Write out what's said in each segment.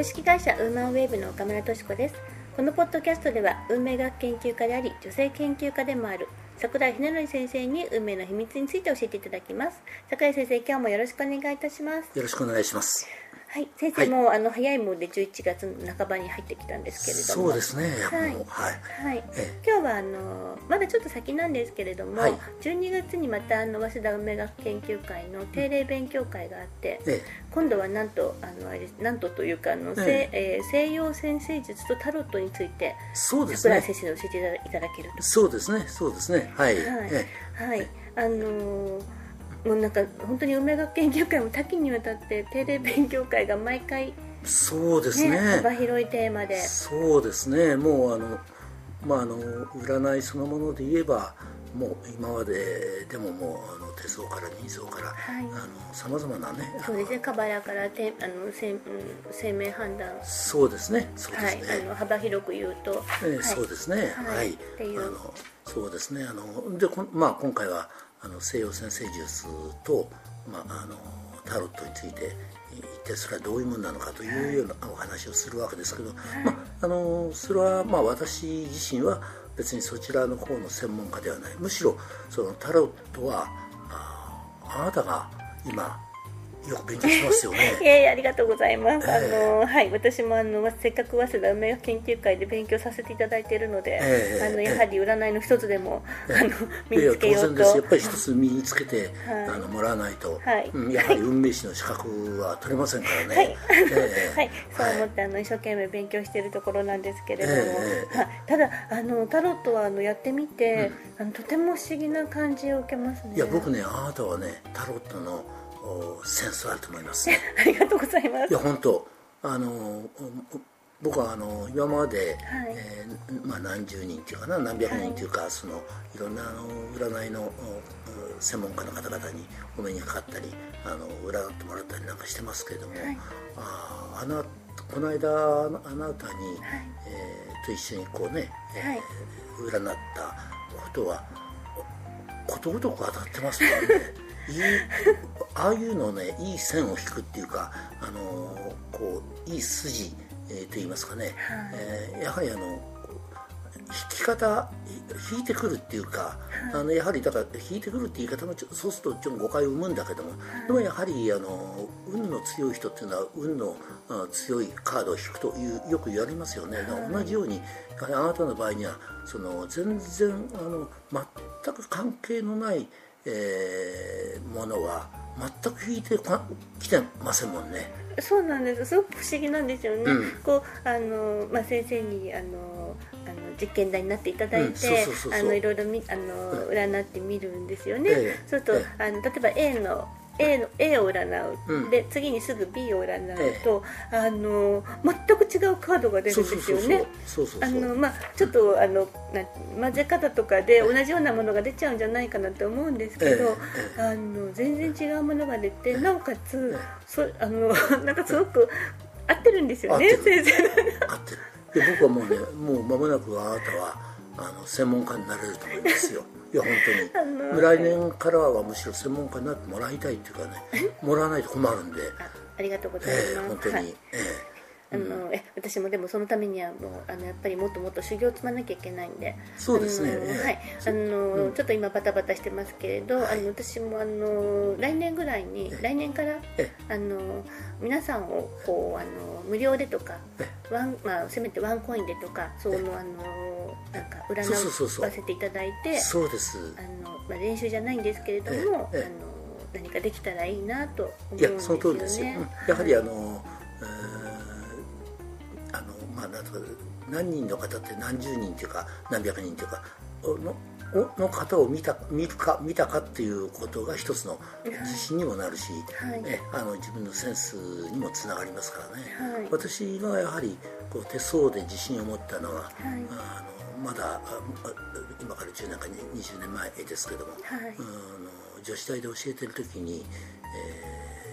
株式会社ウーマンウェーブの岡村敏子です。このポッドキャストでは運命学研究家であり女性研究家でもある櫻井秀則先生に運命の秘密について教えていただきます。櫻井先生、今日もよろしくお願いいたします。 よろしくお願いします。 はい、先生も、早いもので11月の半ばに入ってきたんですけれども、 そうですね、 今日はまだちょっと先なんですけれども、12月にまた早稲田運命学研究会の定例勉強会があって、今度はなんとなんとというか西洋占星術とタロットについて櫻井先生に教えていただけると。 そうですね、そうですね、 もうなんか本当に運命学研究会も多岐にわたって定例勉強会が毎回そうですね、 幅広いテーマで、 そうですね、もう占いそのもので言えばもう今まででももう手相から人相からさまざまなね、 そうですね、カバラから生命判断、 そうですね、そうですね、 幅広く言うと、 そうですね、っていうそうですね、で今回は西洋占星術と、タロットについて一体それはどういうものなのかというようなお話をするわけですけど、それは私自身は別にそちらの方の専門家ではない。むしろそのタロットはあなたが今よく勉強してますよね。 いやいや、ありがとうございます。私もせっかく早稲田運命学研究会で勉強させていただいているので、やはり占いの一つでも身につけようと。 当然です。やっぱり一つ身につけてもらわないと、やはり運命士の資格は取れませんからね。 そう思って一生懸命勉強しているところなんですけれども、ただタロットはやってみて、とても不思議な感じを受けますね。 いや、僕ね、あなたはね、タロットのセンスあると思います。 ありがとうございます。 いや本当僕は今まで、何十人っていうかな、何百人っていうか、いろんな占いの専門家の方々にお目にかかったり占ってもらったりなんかしてますけれども、この間あなたに、と一緒にこうね、占ったことはことごとく当たってますからね。ああいうのをね、いい線を引くっていうか、いい筋、と言いますかね、やはり引き方、引いてくるっていうか、やはりだから引いてくるって言い方もそうするとちょっと誤解を生むんだけども、でもやはり運の強い人っていうのは運の強いカードを引くというよく言われますよね。同じようにやはりあなたの場合には全然全く関係のないものは全く引いてきてませんもんね。 そうなんです。すごく不思議なんですよね。先生に実験台になっていただいて、いろいろ占ってみるんですよね。そうすると例えば A を占う、で次にすぐ B を占うと、全く違うカードが出るんですよね。ちょっと混ぜ方とかで同じようなものが出ちゃうんじゃないかなと思うんですけど、全然違うものが出て、なおかつなんかすごく合ってるんですよね、先生。 合ってる。で、僕はもうね、もう間もなくあなたは専門家になれると思いますよ。いや本当に、来年からはむしろ専門家になってもらいたいっていうかね、もらわないと困るんで。 ありがとうございます。 本当に、 私もでもそのためにはもうやっぱりもっともっと修行を積まなきゃいけないんで、 そうですね、 ちょっと今バタバタしてますけれど、私も来年から皆さんを無料でとかせめてワンコインでとかなんか占わせていただいて、 そうです。 練習じゃないんですけれども、何かできたらいいなと思うんですよね。 いや、その通りですよ。やはり何人の方って何十人というか何百人というかの方を見たかっていうことが一つの自信にもなるし、自分のセンスにもつながりますからね。私がやはり手相で自信を持ったのは、まだ今から10年か20年前ですけども、女子大で教えてる時に、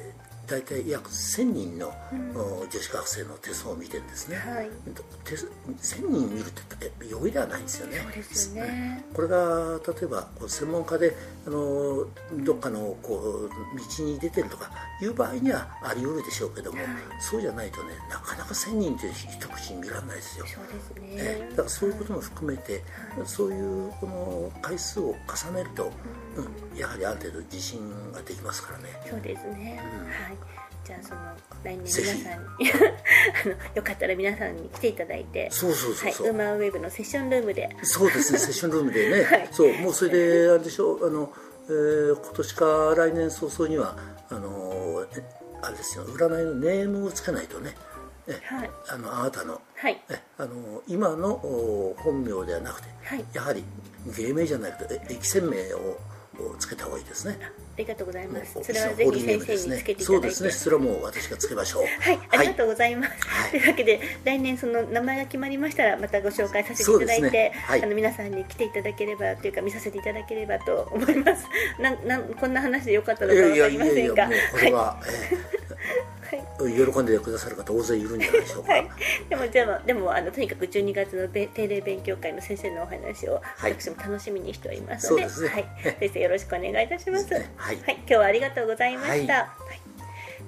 大体約1000人の女子学生の手相を見てるんですね、はい、1000人見るって容易ではないんですよね。 そうですよね。 これが例えば専門家でどっかのこう道に出てるとかいう場合にはあり得るでしょうけども、はい、そうじゃないとね、なかなか1000人って一口に見られないですよ。 そうですね。 だからそういうことも含めて、はい、そういうこの回数を重ねると、やはりある程度自信ができますからね。 そうですね、はい。じゃあその来年皆さんによかったら皆さんに来ていただいて、 そうそうそうそう、 はい、ウーマンウェブのセッションルームで、 そうですね、セッションルームでね、はい、そう、もうそれであれでしょう、今年か来年早々にはあれですよ、占いのネームをつけないとね、はい、あなたの、はい、今の本名ではなくて、はい、やはり芸名じゃなくて歴戦名をつけた方がいいですね。 ありがとうございます。それはぜひ先生につけていただいて、そうですね、 それはもう私がつけましょう。 はい、ありがとうございます、はい、というわけで来年その名前が決まりましたらまたご紹介させていただいて、ね、はい、皆さんに来ていただければというか見させていただければと思います。こんな話でよかったのか分かりませんが、 これは、喜んでくださる方大勢いるんじゃないでしょうか。はい、 でもとにかく12月の定例勉強会の先生のお話を私も楽しみにしておりますので、はい、先生よろしくお願いいたします。はい、はい、今日はありがとうございました。はい、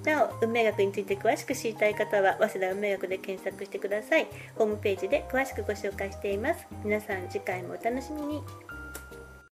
なお運命学について詳しく知りたい方は早稲田運命学で検索してください。ホームページで詳しくご紹介しています。皆さん次回もお楽しみに。